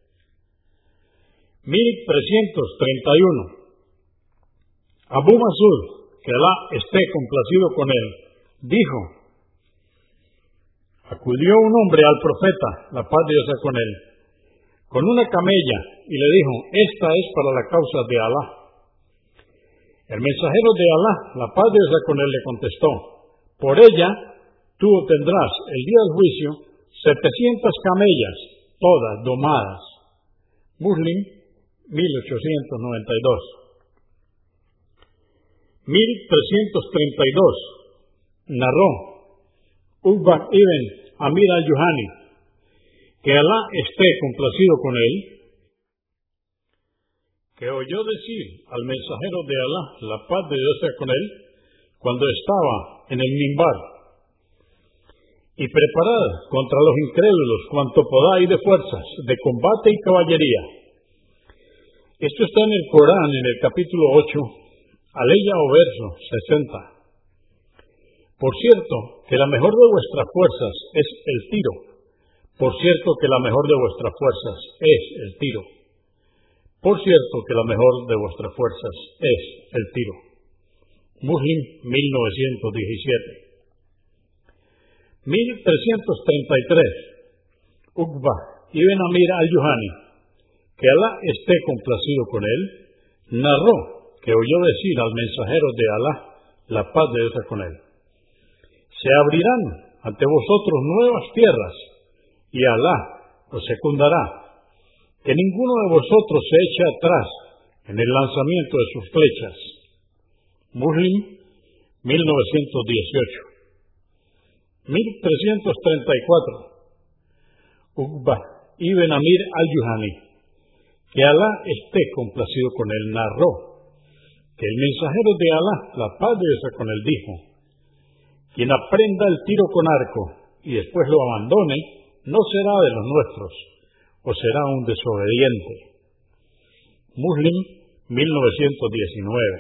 mil trescientos treinta y uno. Abu Mas'ud, que Alá esté complacido con él, dijo: acudió un hombre al profeta, la paz de Dios sea con él, con una camella, y le dijo: esta es para la causa de Alá. El mensajero de Alá, la paz de Dios sea con él, le contestó: por ella tú obtendrás el día del juicio setecientas camellas, todas domadas. Muslim, mil ochocientos noventa y dos. mil trescientos treinta y dos. Narró Uqba ibn Amir al-Juhani, que Alá esté complacido con él, que oyó decir al mensajero de Alá, la paz de Dios sea con él, cuando estaba en el mimbar: y preparad contra los incrédulos cuanto podáis de fuerzas, de combate y caballería. Esto está en el Corán, en el capítulo ocho, aleya o verso sesenta. Por cierto, que la mejor de vuestras fuerzas es el tiro. Por cierto, que la mejor de vuestras fuerzas es el tiro. Por cierto, que la mejor de vuestras fuerzas es el tiro. Muslim, mil novecientos diecisiete. mil trescientos treinta y tres. Uqba ibn Amir al-Juhani, que Alá esté complacido con él, narró que oyó decir al mensajero de Alá, la paz de Dios con él: se abrirán ante vosotros nuevas tierras, y Alá os secundará, que ninguno de vosotros se eche atrás en el lanzamiento de sus flechas. Muslim, mil novecientos dieciocho. mil trescientos treinta y cuatro. Uqba ibn Amir al-Juhani, que Alá esté complacido con él, narró que el mensajero de Alá, la paz de Dios con él, dijo: quien aprenda el tiro con arco y después lo abandone, no será de los nuestros, o será un desobediente. Muslim, mil novecientos diecinueve.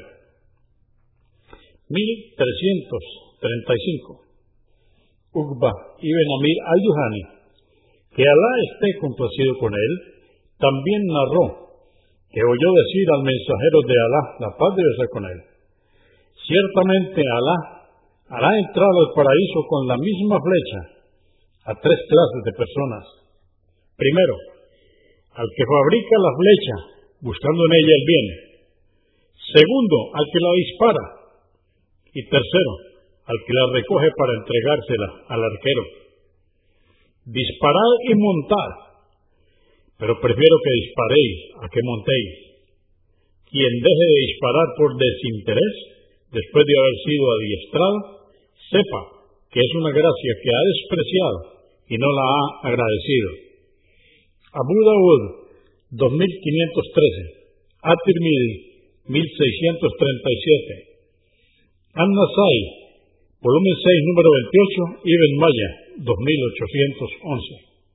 mil trescientos treinta y cinco. Uqba ibn Amir al-Juhani, que Alá esté complacido con él, también narró que oyó decir al mensajero de Alá, la paz de Dios sea con él: ciertamente Alá hará entrar al paraíso con la misma flecha a tres clases de personas. Primero, al que fabrica la flecha buscando en ella el bien. Segundo, al que la dispara. Y tercero, al que la recoge para entregársela al arquero. Disparad y montad, pero prefiero que disparéis a que montéis. Quien deje de disparar por desinterés, después de haber sido adiestrado, sepa que es una gracia que ha despreciado y no la ha agradecido. Abu Daud, dos mil quinientos trece. At-Tirmidhi, mil seiscientos treinta y siete. An-Nasai, volumen seis, número veintiocho. Ibn Majah, dos mil ochocientos once.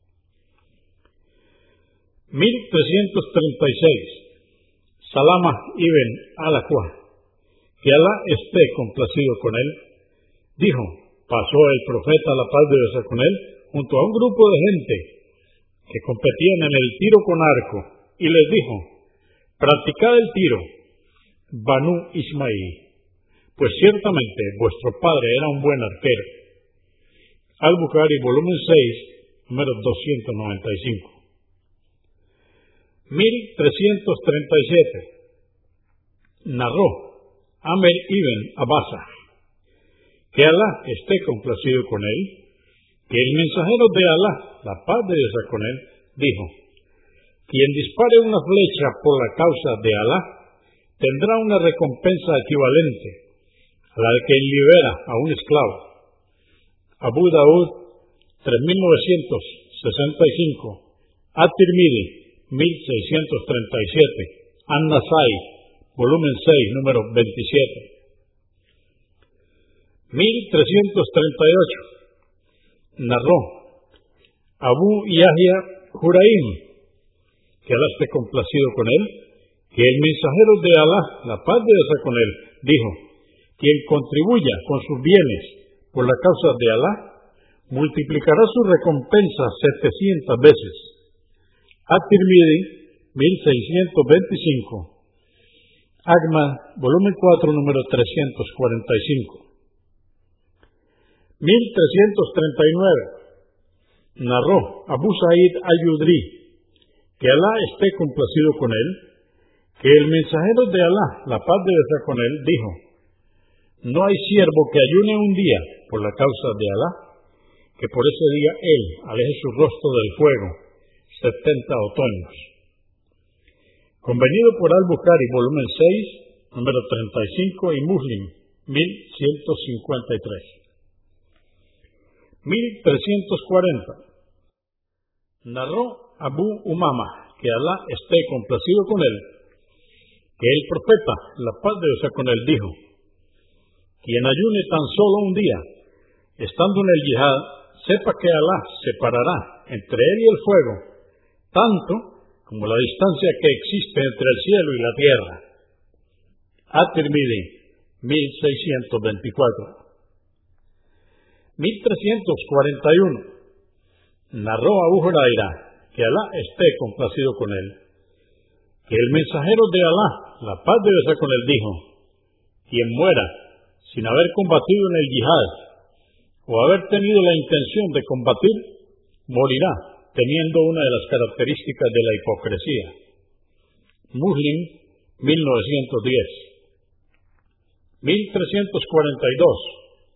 mil trescientos treinta y seis. Salama ibn al-Aqwa, que Alá esté complacido con él, dijo: pasó el profeta, la paz de Dios con él, junto a un grupo de gente que competían en el tiro con arco, y les dijo: practicad el tiro, Banu Ismail, pues ciertamente vuestro padre era un buen arquero. Al-Bukhari, volumen seis, número doscientos noventa y cinco. mil trescientos treinta y siete. Narró Amr ibn Abasa, que Alá esté complacido con él, que el mensajero de Alá, la paz de Dios con él, dijo: quien dispare una flecha por la causa de Alá tendrá una recompensa equivalente a la de quien libera a un esclavo. Abu Daud, tres mil novecientos sesenta y cinco. At-Tirmidhi, mil seiscientos treinta y siete. An-Nasai, volumen seis, número veintisiete. mil trescientos treinta y ocho. Narró Abu Yahya Huraim, que Alá esté complacido con él, que el mensajero de Alá, la paz de Dios con él, dijo: quien contribuya con sus bienes por la causa de Alá, multiplicará su recompensa setecientas veces. At-Tirmidhi, mil seiscientos veinticinco. Agma, volumen cuatro, número trescientos cuarenta y cinco. mil trescientos treinta y nueve. Narró Abu Sa'id al-Yudri, que Alá esté complacido con él, que el mensajero de Alá, la paz de Dios con él, dijo: no hay siervo que ayune un día por la causa de Alá, que por ese día él aleje su rostro del fuego setenta otoños. Convenido por Al-Bukhari, volumen seis, número treinta y cinco, y Muslim, mil ciento cincuenta y tres. mil trescientos cuarenta. Narró Abu Umama, que Alá esté complacido con él, que el profeta, la paz de Dios con él, dijo: quien ayune tan solo un día, estando en el yihad, sepa que Alá separará entre él y el fuego tanto como la distancia que existe entre el cielo y la tierra. At-Tirmidhi, mil seiscientos veinticuatro. mil trescientos cuarenta y uno. Narró Abu Huraira, que Alá esté complacido con él, que el mensajero de Alá, la paz de Dios con él, dijo: quien muera sin haber combatido en el yihad o haber tenido la intención de combatir, morirá teniendo una de las características de la hipocresía. Muslim, mil novecientos diez. mil trescientos cuarenta y dos.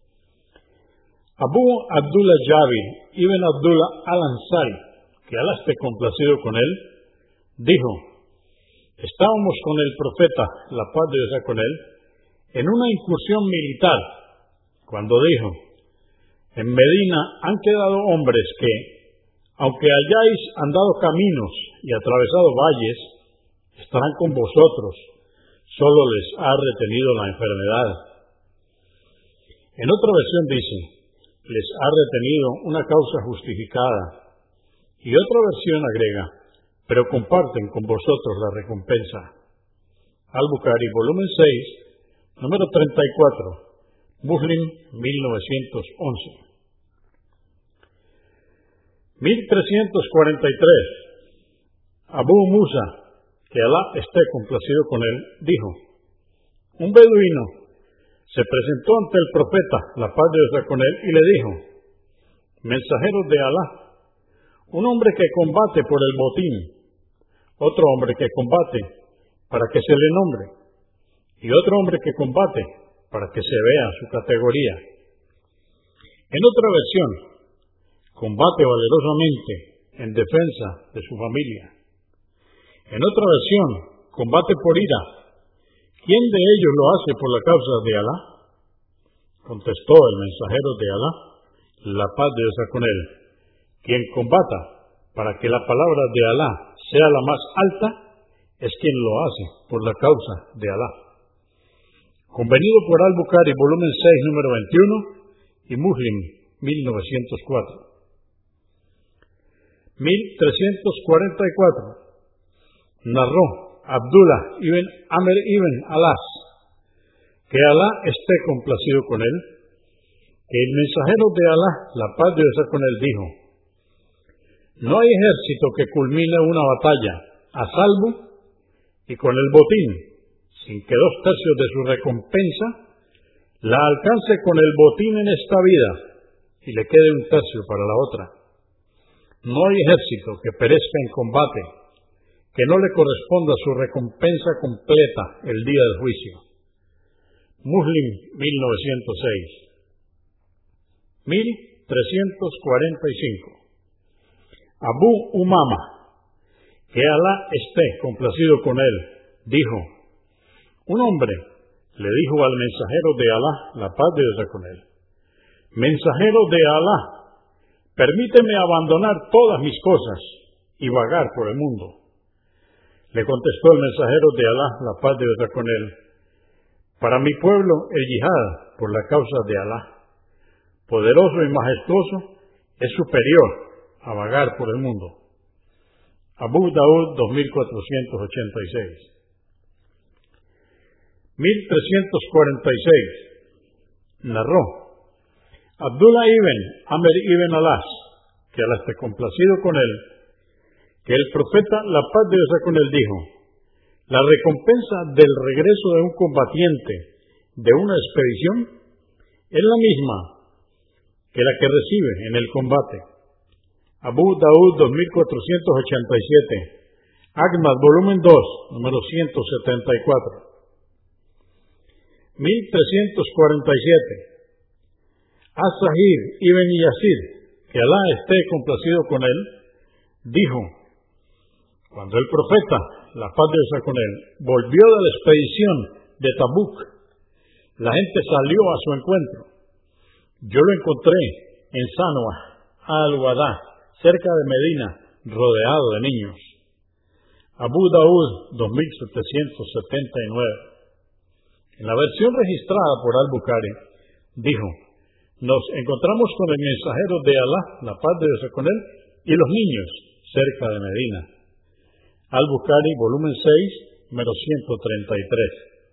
Abu Abdullah Jabir ibn Abdullah al-Ansari, que Alá esté complacido con él, dijo: estábamos con el profeta, la paz de Dios con él, en una incursión militar, cuando dijo: en Medina han quedado hombres que, aunque hayáis andado caminos y atravesado valles, estarán con vosotros, solo les ha retenido la enfermedad. En otra versión dice: les ha retenido una causa justificada. Y otra versión agrega: pero comparten con vosotros la recompensa. Al-Bukhari, volumen seis, número treinta y cuatro. Muslim, mil novecientos once. mil trescientos cuarenta y tres. Abu Musa, que Alá esté complacido con él, dijo: un beduino se presentó ante el profeta, la paz de Dios con él, y le dijo: mensajero de Alá, un hombre que combate por el botín, otro hombre que combate para que se le nombre, y otro hombre que combate para que se vea su categoría. En otra versión, combate valerosamente en defensa de su familia. En otra versión, combate por ira. ¿Quién de ellos lo hace por la causa de Alá? Contestó el mensajero de Alá, la paz de Dios con él: Quien combata para que la palabra de Alá sea la más alta es quien lo hace por la causa de Alá. Convenido por Al-Bukhari, volumen seis, número veintiuno, y Muslim, mil novecientos cuatro. mil trescientos cuarenta y cuatro. Narró Abdullah ibn Amr ibn Alas, que Alá esté complacido con él, que el mensajero de Alá, la paz de Dios sea con él, dijo: no hay ejército que culmine una batalla a salvo y con el botín, sin que dos tercios de su recompensa la alcance con el botín en esta vida y le quede un tercio para la otra. No hay ejército que perezca en combate, que no le corresponda su recompensa completa el día del juicio. Muslim mil novecientos seis. mil trescientos cuarenta y cinco. Abu Umama, que Alá esté complacido con él, dijo: un hombre le dijo al mensajero de Alá, la paz de Dios sea con él: mensajero de Alá, permíteme abandonar todas mis cosas y vagar por el mundo. Le contestó el mensajero de Alá, la paz de Dios sea con él: para mi pueblo el yihad por la causa de Alá, poderoso y majestuoso, es superior a vagar por el mundo. Abu Daud dos mil cuatrocientos ochenta y seis. mil trescientos cuarenta y seis. Narró Abdullah ibn Amr ibn Alas, que Alá esté complacido con él, que el profeta, la paz de Dios sea con él, dijo: la recompensa del regreso de un combatiente de una expedición es la misma que la que recibe en el combate. Abu Daud dos mil cuatrocientos ochenta y siete. Ahmad, volumen dos, número ciento setenta y cuatro. mil trescientos cuarenta y siete. As-Sahir ibn Yazid, que Alá esté complacido con él, dijo: cuando el profeta, la paz de Dios sea con él, volvió de la expedición de Tabuk, la gente salió a su encuentro. Yo lo encontré en Sanwa, al-Wada, cerca de Medina, rodeado de niños. Abu Daud dos mil setecientos setenta y nueve. En la versión registrada por Al-Bukhari, dijo: nos encontramos con el mensajero de Alá, la paz de Dios sea con él, y los niños cerca de Medina. Al-Bukhari, volumen seis, número ciento treinta y tres.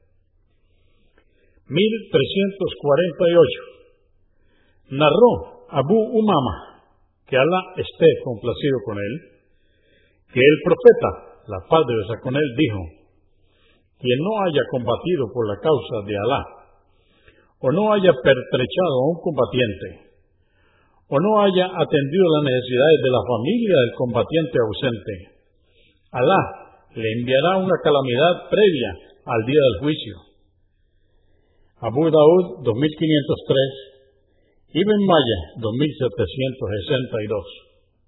mil trescientos cuarenta y ocho. Narró Abu Umama, que Alá esté complacido con él, que el profeta, la paz de Dios sea con él, dijo: quien no haya combatido por la causa de Alá, o no haya pertrechado a un combatiente, o no haya atendido las necesidades de la familia del combatiente ausente, Alá le enviará una calamidad previa al día del juicio. Abu Daud dos mil quinientos tres. Ibn Maya dos mil setecientos sesenta y dos.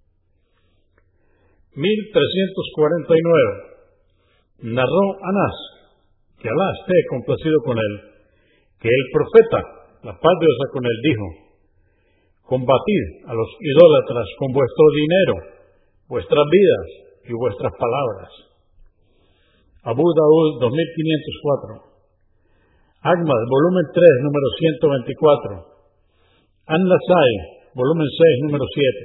mil trescientos cuarenta y nueve. Narró Anás, que Alá esté complacido con él, que el profeta, la paz de Dios sea con él, dijo: combatid a los idólatras con vuestro dinero, vuestras vidas y vuestras palabras. Abu Daud dos mil quinientos cuatro. Ahmad, volumen tres, número ciento veinticuatro. An-Nasai, volumen seis, número siete.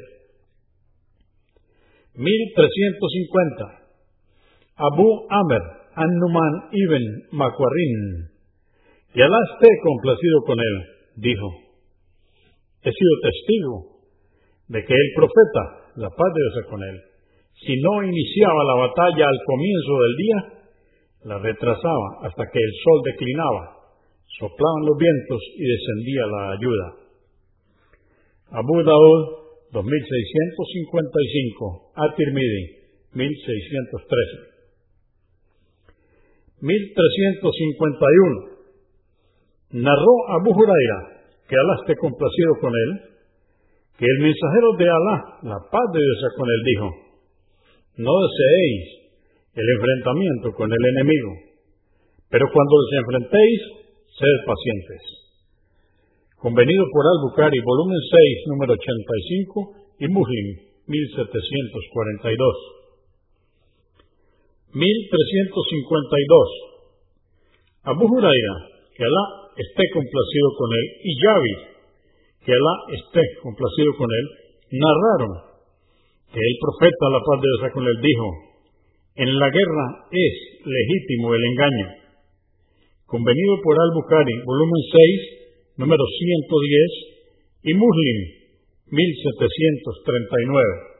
mil trescientos cincuenta. Abu Amr An-Numan ibn Makwarin, que Alá esté complacido con él, dijo: he sido testigo de que el profeta, la paz de Dios sea con él, si no iniciaba la batalla al comienzo del día, la retrasaba hasta que el sol declinaba, soplaban los vientos y descendía la ayuda. Abu Daud dos mil seiscientos cincuenta y cinco, At-Tirmidhi mil seiscientos trece. mil trescientos cincuenta y uno. Narró Abu Huraira, que Alá esté complacido con él, que el mensajero de Alá, la paz de Dios sea con él, dijo: no deseéis el enfrentamiento con el enemigo, pero cuando los enfrentéis, sed pacientes. Convenido por Al-Bukhari, volumen seis, número ochenta y cinco, y Muslim, mil setecientos cuarenta y dos. mil trescientos cincuenta y dos. Abu Huraira, que Alá esté complacido con él, y Jabir, que Alá esté complacido con él, narraron que el profeta, la paz de Dios con él, dijo: en la guerra es legítimo el engaño. Convenido por Al-Bukhari, volumen seis, número ciento diez, y Muslim, mil setecientos treinta y nueve.